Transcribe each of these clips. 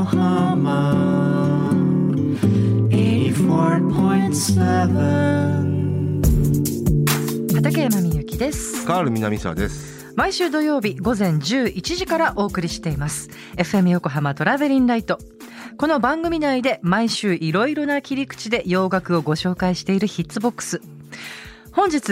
Yokohama 84.7 畠山みゆきです。 カール南沢です。 毎週土曜日午前11時からお送りしています FM 横浜トラベリンライト。この番組内で毎週いろいろな切り口で洋楽をご紹介しているヒッツボックス。本日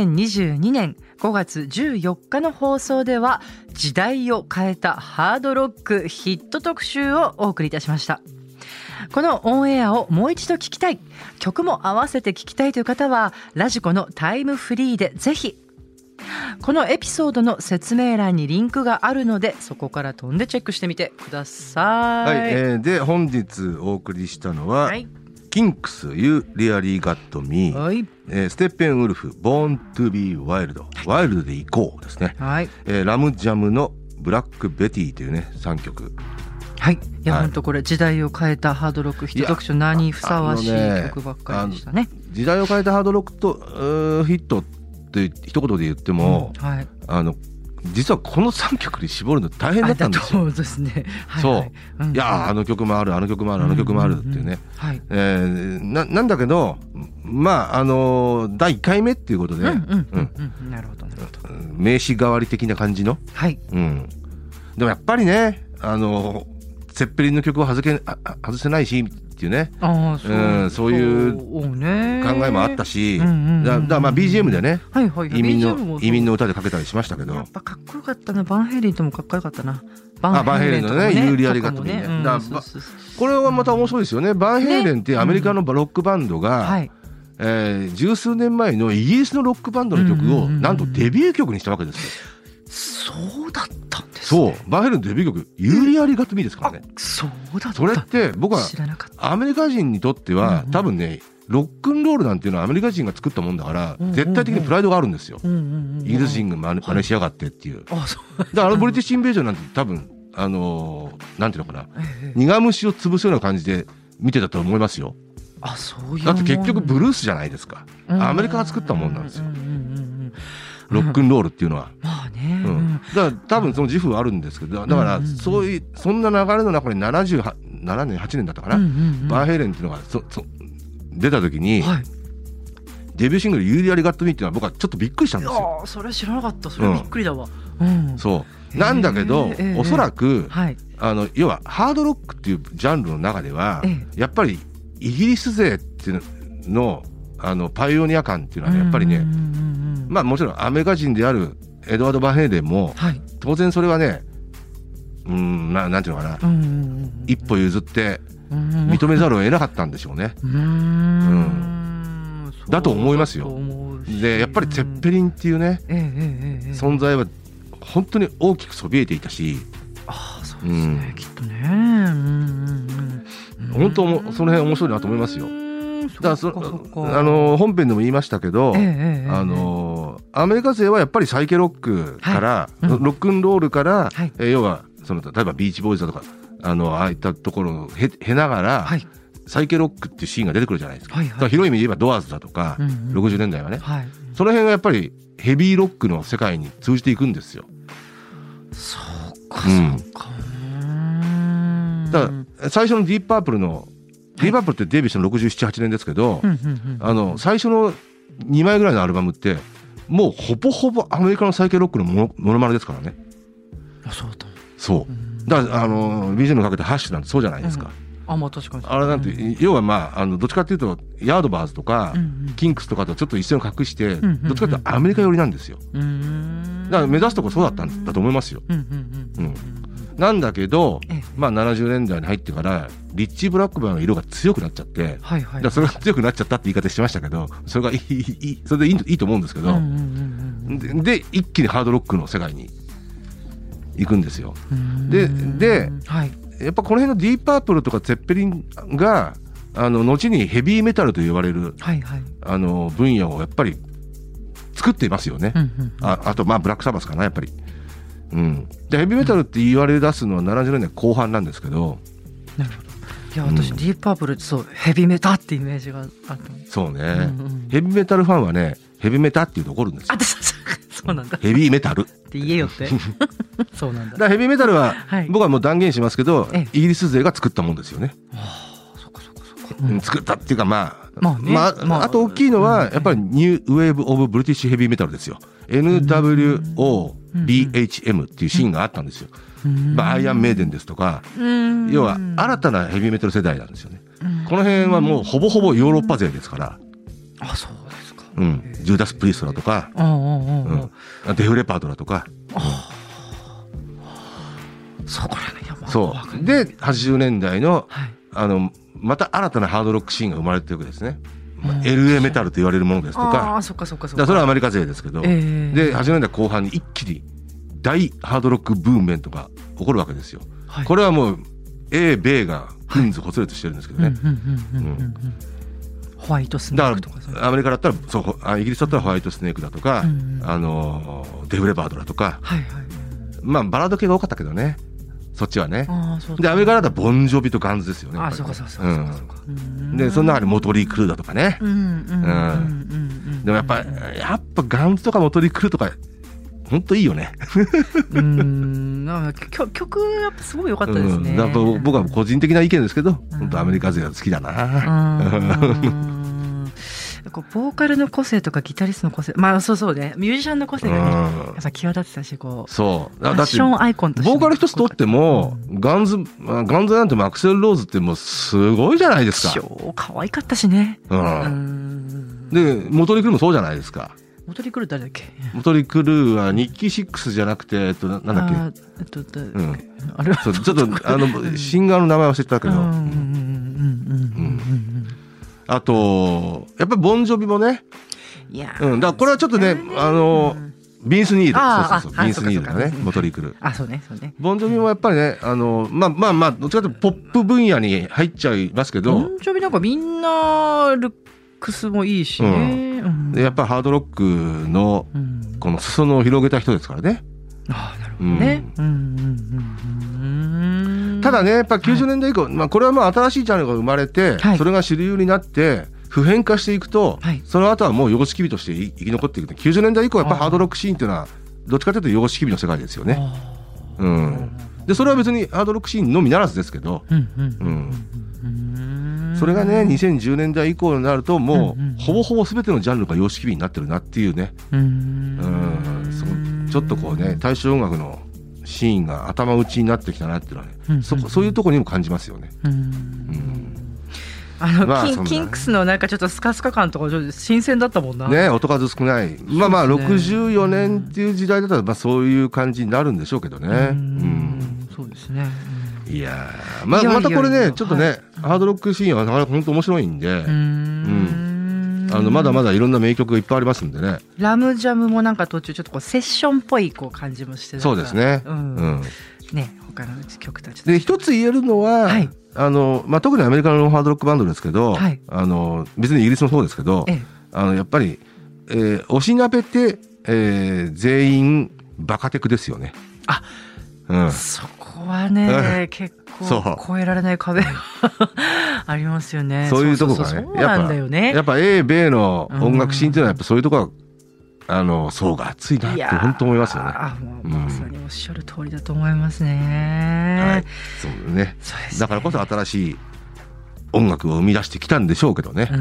2022年5月14日の放送では時代を変えたハードロックヒット特集をお送りいたしました。このオンエアをもう一度聞きたい、曲も合わせて聞きたいという方はラジコのタイムフリーでぜひ。このエピソードの説明欄にリンクがあるのでそこから飛んでチェックしてみてください。 はい、で本日お送りしたのは、 はいキンクス You Really Got Me、 はいステッペンウルフ Born to be Wild、ワイルドで行こうですね、 はいラムジャムのブラックベティというね3曲。 はい、いや、 はい本当これ時代を変えたハードロックヒット特集何にふさわしい曲ばっかりでしたね。 時代を変えたハードロックとヒットって一言で言っても、 はい、 実はこの3曲に絞るの大変だったんですよ。 そうですね、はいそう、 はいいやあの曲もあるあの曲もあるあの曲もあるっていうね、 はいなんだけどまあ第1回目っていうことで、 なるほどなるほど、 名刺代わり的な感じの、 はいでもやっぱりねセッペリンの曲を外せないしっていうね、そういう考えもあったし、だからまあ BGM でね、 はいはいはい、 移民の歌でかけたりしましたけど、 やっぱかっこよかったな。バンヘイレンともかっこよかったな。 バンヘイレンのねユーリアリガットミーね、これはまた面白いですよね。バンヘイレンっていうアメリカのロックバンドが、十数年前のイギリスのロックバンドの曲をなんとデビュー曲にしたわけですよ。 そうだったんですね。 そう、バンヘイレンのデビュー曲ユーリアリガットミーですからね。 そうだった。 それって僕はアメリカ人にとっては多分ね、ロックンロールなんていうのはアメリカ人が作ったもんだから絶対的にプライドがあるんですよ。イギリス人が真似しやがってっていう。だからブリティッシュインベージョンなんて多分なんていうのかな、苦虫を潰すような感じで見てたと思いますよ。 そういうだって結局ブルースじゃないですか。アメリカが作ったもんなんですよ、ロックンロールっていうのは。 まあね、 だから多分その自負はあるんですけど、だからそんな流れの中に77年8年だったかな、バンヘイレンっていうのが出た時に、デビューシングル「ユーリアリガットミー」っていうのは僕はちょっとびっくりしたんですよ。 それ知らなかった。それびっくりだわ。 そうなんだけど、おそらく、要はハードロックっていうジャンルの中では、やっぱりイギリス勢っていうのパイオニア感っていうのはね、やっぱりね、まあもちろんアメリカ人であるエドワード・バンヘイレンも、当然それはね、なんていうのかな、一歩譲って認めざるを得なかったんでしょうね。だと思いますよ。でやっぱりツェッペリンっていうね、存在は本当に大きくそびえていたし、 そうですね、きっとね。 本当その辺面白いなと思いますよ。だから本編でも言いましたけど、アメリカ勢はやっぱりサイケロックから、ロックンロールから、要は例えばビーチボーイズだとかああいったところを経ながら、サイケロックっていうシーンが出てくるじゃないですか。だから広い意味で言えばドアーズだとか、60年代はね、その辺がやっぱりヘビーロックの世界に通じていくんですよ。 そうかそうか。 だから最初のディープパープルってデビューしたの67、8年ですけど、最初の2枚ぐらいのアルバムってもうほぼほぼアメリカのサイケロックのモノマネですからね。そうだからBGM かけてハッシュなんてそうじゃないですか。 確かにあれなんて、要はまあどっちかっていうとヤードバーズとか、キンクスとかとちょっと一線を隠して、どっちかっていうとアメリカ寄りなんですよ。だから目指すとこそうだったんだと思いますよ。なんだけど、まあ70年代に入ってからリッチー・ブラックバーンの色が強くなっちゃって、だそれが強くなっちゃったって言い方してましたけど、それがそれでいいと思うんですけど、で一気にハードロックの世界に行くんですよ。でやっぱこの辺のディープパープルとかツェッペリンが後にヘビーメタルと呼ばれる、分野をやっぱり作っていますよね。あとまあブラックサバスかなやっぱり。でヘビーメタルって言われ出すのは70年代後半なんですけど。 なるほど。いや私、ディープパープルってそうヘビメタってイメージがあった。 そうね、ヘビメタルファンはねヘビメタって言うと怒るんですよ。 そうなんだ。 ヘビーメタルって言えよってそうなんだ。 だからヘビーメタルは、 はい、 僕はもう断言しますけど、イギリス勢が作ったもんですよね。 そっかそっかそっか、うん、 作ったっていうかまあ、 ね、 あと大きいのはやっぱりニューウェーブ・オブ・ブリティッシュ・ヘビーメタルですよ。 NWOBHM っていうシーンがあったんですよ。アイアンメイデンですとか、要は新たなヘビーメタル世代なんですよね。この辺はもうほぼほぼヨーロッパ勢ですから。 あ、そうですか。 うん、ジューダス・プリストだとか、デフレパードだとか、 そこら辺そうで80年代の、また新たなハードロックシーンが生まれていくわけですね。LA メタルと言われるものですとか、 そっかそっかそっか、それはアメリカ勢ですけど、で80年代後半に一気に大ハードロックブームメントが起こるわけですよ。はい、これはもう英米がくんずほつれとしてるんですけどね。 ホワイトスネークとか、 だからアメリカだったらイギリスだったらホワイトスネークだとか、デフレバードだとか、まあバラード系が多かったけどね、そっちはね。でアメリカだったらボンジョビとガンズですよね。 そうか。 でその中でモトリー・クルーだとかね。でもやっぱガンズとかモトリー・クルーとか本当いいよね。 曲やっぱすごい良かったですね。 僕は個人的な意見ですけど、本当アメリカ勢は好きだな。 ボーカルの個性とかギタリストの個性、まあそうね、ミュージシャンの個性がね、やっぱ際立ってたし、 そうファッションアイコンとしてボーカル一つとっても、ガンズなんてアクセル・ローズってもうすごいじゃないですか。 超可愛かったしね。 でモトリー・クルーもそうじゃないですか。 モトリー・クルー誰だっけ？ モトリー・クルーはニッキー6じゃなくてなんだっけ？あれはちょっとシンガーの名前忘れてたけど、あとやっぱりボンジョビもね、だからこれはちょっとねビンス・ニール、そうビンス・ニールだね、モトリー・クルー。 そうね。 ボンジョビもやっぱりね、まあどっちかというとポップ分野に入っちゃいますけど、 ボンジョビなんかみんなルックスもいいしね。 でやっぱりハードロックのこの裾野を広げた人ですからね。 なるほどね。 ただね、やっぱ90年代以降、これは新しいジャンルが生まれて、それが主流になって普遍化していくと、その後はもう様式美として生き残っていく。90年代以降やっぱハードロックシーンっていうのはどっちかというと様式美の世界ですよね。でそれは別にハードロックシーンのみならずですけど、それがね2010年代以降になるともうほぼほぼ全てのジャンルが様式美になってるなっていうね、ちょっとこうね大衆音楽のシーンが頭打ちになってきたなっていうのはね、そういうところにも感じますよね。 キンクスのなんかちょっとスカスカ感とか新鮮だったもんな。 ね、音数少ない。64年っていう時代だったらそういう感じになるんでしょうけどね。 そうですね。 いやまたこれねちょっとね、ハードロックシーンはなかなか本当面白いんで、まだまだいろんな名曲がいっぱいありますんでね。 ラムジャムもなんか途中ちょっとセッションっぽい感じもして、 そうですね。 ね、他の曲たちで一つ言えるのは、特にアメリカのハードロックバンドですけど、別にイギリスもそうですけど、やっぱり、おしなべて、全員バカテクですよね。 そこはね、結構越えられない壁がありますよね。 そういうところがね、やっぱ英米の音楽シーンっていうのはやっぱそういうところが層が厚いなって本当思いますよね。 まさにおっしゃる通りだと思いますね。 そうね。だからこそ新しい音楽を生み出してきたんでしょうけどね。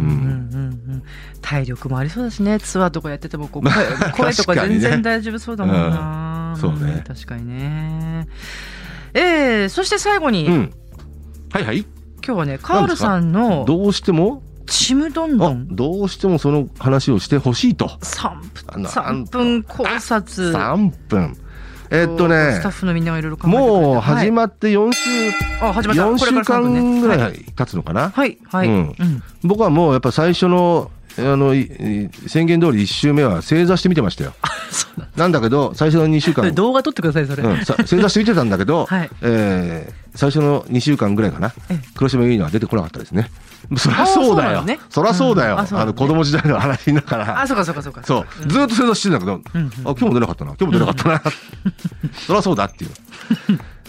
体力もありそうですね。ツアーとかやってても声とか全然大丈夫そうだもんな。 そうね。 確かにね。そして最後に、 今日はねカールさんのどうしてもちむどんどん、 どうしてもその話をしてほしいと。 3分考察。 3分。 スタッフのみんながいろいろ考えてくれて、 もう始まって4週間ぐらい経つのかな。僕はもうやっぱ最初の宣言通り1週目は正座して見てましたよ。なんだけど最初の2週間動画撮ってくださいそれ。 正座して見てたんだけど、最初の2週間ぐらいかな、黒島結菜は出てこなかったですね。そりゃそうだよ。そりゃそうだよ。子供時代の話だから。 そうずっと正座してるんだけど、今日も出なかったな。そりゃそうだっていう。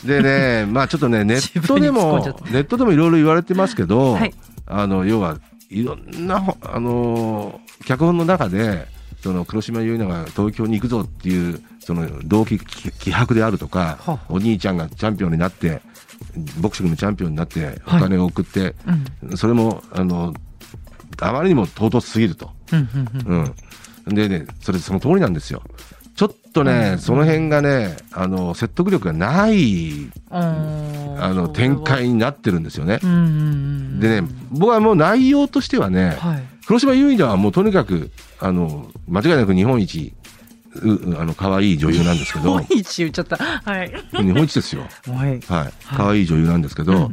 でね、ちょっとねネットでもいろいろ言われてますけど、要はいろんな脚本の中でその黒島結菜が東京に行くぞっていうその動機気迫であるとか、お兄ちゃんがチャンピオンになってボクシングのチャンピオンになってお金を送って、それもあまりにも唐突すぎると、でね、その通りなんですよ。ちょっとね、その辺がね説得力がない展開になってるんですよね。でね、僕はもう内容としてはね、黒島結菜はもうとにかく間違いなく日本一可愛い女優なんですけど、 日本一言っちゃった、はい、 日本一ですよ、はいはい、可愛い女優なんですけど、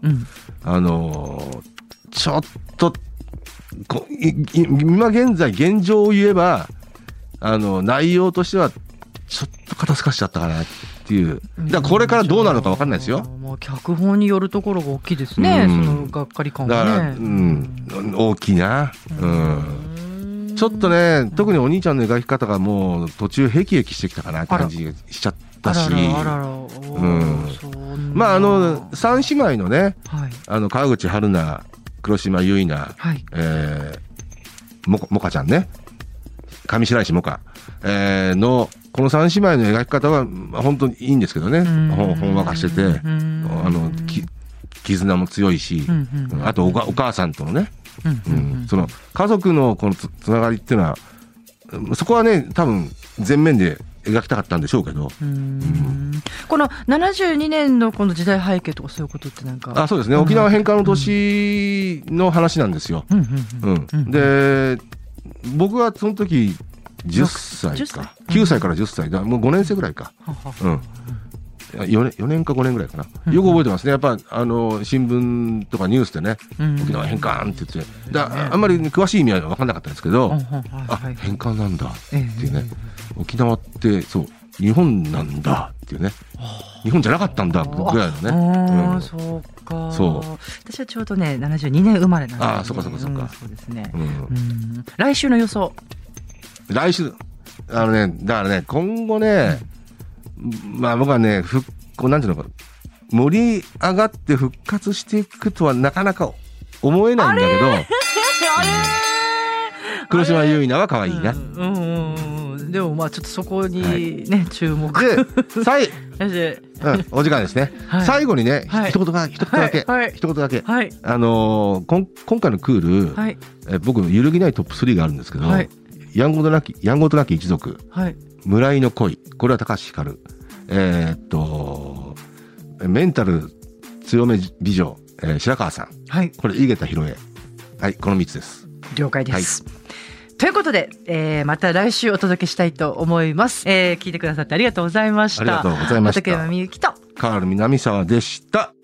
ちょっと今現在現状を言えば内容としてはちょっと肩透かしちゃったかなっていう。だからこれからどうなるのか分かんないですよ。 もう脚本によるところが大きいですね、そのがっかり感はね。 だから、大きいな、ちょっとね、特にお兄ちゃんの描き方がもう途中ヘキヘキしてきたかなって感じしちゃったし、まあ三姉妹のね、川口春奈、黒島結菜、もかちゃんね、上白石萌歌、のこの三姉妹の描き方は本当にいいんですけどね、ほんわかしてて絆も強いし、あとお母さんとのね、その家族のこのつながりっていうのはそこはね多分全面で描きたかったんでしょうけど、 この72年のこの時代背景とかそういうことってなんか。 そうですね、沖縄返還の年の話なんですよ。で僕はその時10歳か9歳から10歳だ、もう5年生ぐらいか、4年か5年ぐらいかな、よく覚えてますね。やっぱ新聞とかニュースでね、沖縄返還って言ってあんまり詳しい意味は分かんなかったんですけど、返還なんだっていうね、沖縄ってそう日本なんだっていうね、日本じゃなかったんだぐらいのね。 そうか。私はちょうどね72年生まれなんで。 そうかそうですね。来週の予想。 来週だからね今後ね、まあ僕はねなんていうのか盛り上がって復活していくとはなかなか思えないんだけど、黒島結菜は可愛いな。 でもまあちょっとそこにね、注目でお時間ですね、最後にね一言だけ、今回のクール、僕揺るぎないトップ3があるんですけど、やんごとなき一族、村井の恋、これは高橋ひかる、メンタル強め美女、白川さん、これ井桁弘恵、この3つです。 了解です、ということで、また来週お届けしたいと思います。聞いてくださってありがとうございました。 ありがとうございました。 畠山みゆきとカール南沢でした。